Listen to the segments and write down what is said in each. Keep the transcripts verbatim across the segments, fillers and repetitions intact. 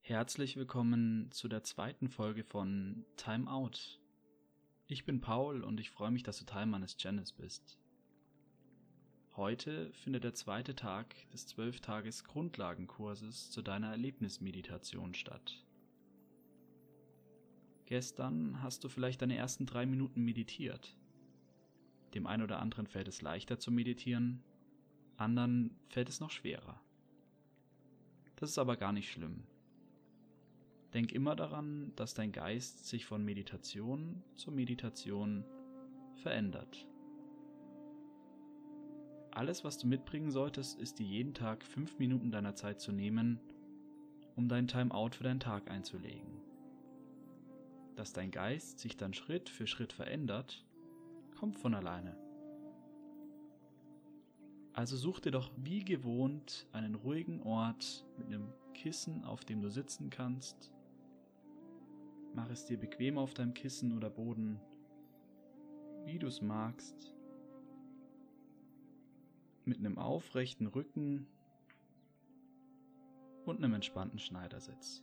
Herzlich willkommen zu der zweiten Folge von Time Out. Ich bin Paul und ich freue mich, dass du Teil meines Channels bist. Heute findet der zweite Tag des zwölf Tages Grundlagenkurses zu deiner Erlebnismeditation statt. Gestern hast du vielleicht deine ersten drei Minuten meditiert. Dem einen oder anderen fällt es leichter zu meditieren, anderen fällt es noch schwerer. Das ist aber gar nicht schlimm. Denk immer daran, dass dein Geist sich von Meditation zu Meditation verändert. Alles, was du mitbringen solltest, ist dir jeden Tag fünf Minuten deiner Zeit zu nehmen, um dein Timeout für deinen Tag einzulegen. Dass dein Geist sich dann Schritt für Schritt verändert, kommt von alleine. Also such dir doch wie gewohnt einen ruhigen Ort mit einem Kissen, auf dem du sitzen kannst. Mach es dir bequem auf deinem Kissen oder Boden, wie du es magst. Mit einem aufrechten Rücken und einem entspannten Schneidersitz.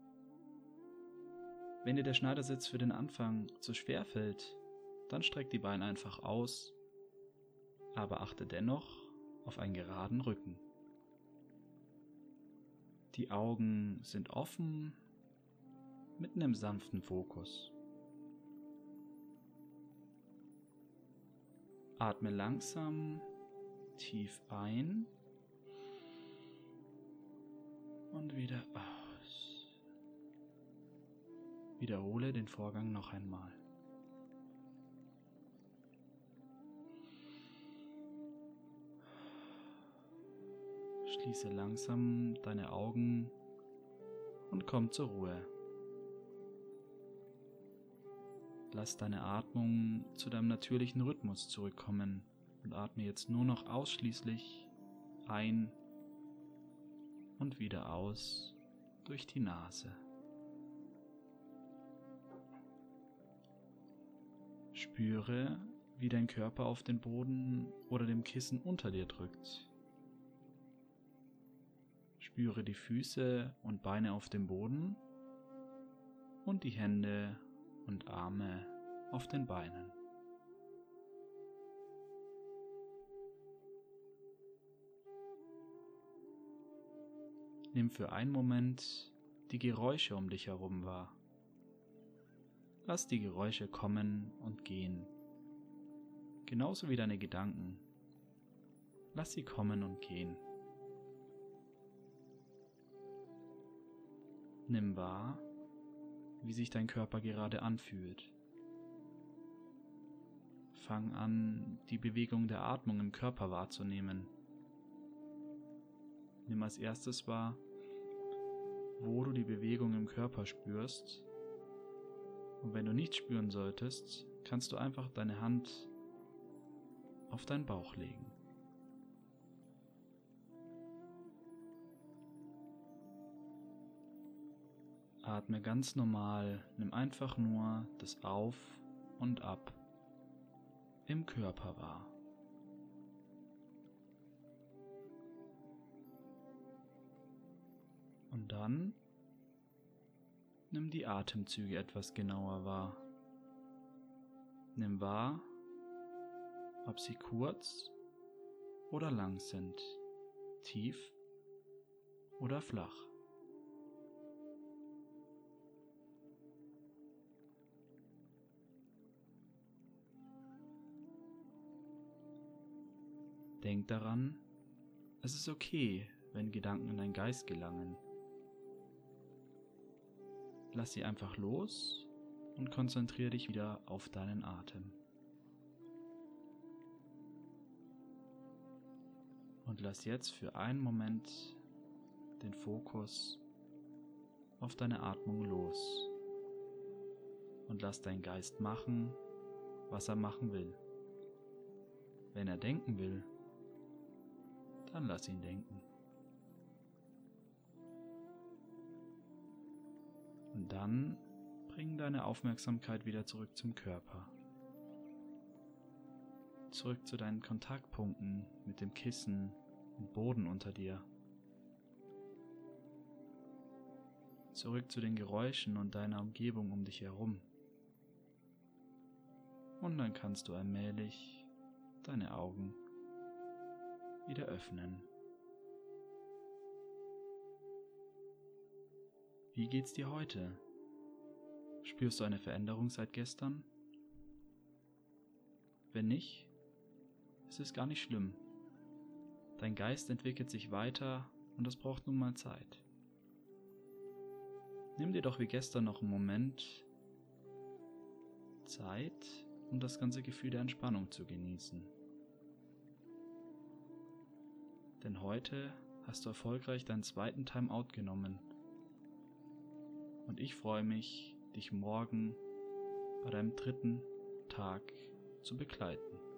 Wenn dir der Schneidersitz für den Anfang zu schwer fällt, dann streck die Beine einfach aus, aber achte dennoch auf einen geraden Rücken. Die Augen sind offen mit einem sanften Fokus. Atme langsam tief ein und wieder aus. Wiederhole den Vorgang noch einmal. Schließe langsam deine Augen und komm zur Ruhe. Lass deine Atmung zu deinem natürlichen Rhythmus zurückkommen und atme jetzt nur noch ausschließlich ein und wieder aus durch die Nase. Spüre, wie dein Körper auf den Boden oder dem Kissen unter dir drückt. Spüre die Füße und Beine auf dem Boden und die Hände und Arme auf den Beinen. Nimm für einen Moment die Geräusche um dich herum wahr. Lass die Geräusche kommen und gehen, genauso wie deine Gedanken. Lass sie kommen und gehen. Nimm wahr, wie sich dein Körper gerade anfühlt. Fang an, die Bewegung der Atmung im Körper wahrzunehmen. Nimm als erstes wahr, wo du die Bewegung im Körper spürst. Und wenn du nichts spüren solltest, kannst du einfach deine Hand auf deinen Bauch legen. Atme ganz normal, nimm einfach nur das Auf und Ab im Körper wahr. Und dann nimm die Atemzüge etwas genauer wahr. Nimm wahr, ob sie kurz oder lang sind, tief oder flach. Denk daran, es ist okay, wenn Gedanken in deinen Geist gelangen. Lass sie einfach los und konzentriere dich wieder auf deinen Atem. Und lass jetzt für einen Moment den Fokus auf deine Atmung los. Und lass deinen Geist machen, was er machen will. Wenn er denken will, dann lass ihn denken. Und dann bring deine Aufmerksamkeit wieder zurück zum Körper. Zurück zu deinen Kontaktpunkten mit dem Kissen und Boden unter dir. zurück zu den Geräuschen und deiner Umgebung um dich herum. Und dann kannst du allmählich deine Augen wieder öffnen. Wie geht's dir heute? Spürst du eine Veränderung seit gestern? Wenn nicht, ist es gar nicht schlimm. Dein Geist entwickelt sich weiter und das braucht nun mal Zeit. Nimm dir doch wie gestern noch einen Moment Zeit, um das ganze Gefühl der Entspannung zu genießen. Denn heute hast du erfolgreich deinen zweiten Timeout genommen. Und ich freue mich, dich morgen bei deinem dritten Tag zu begleiten.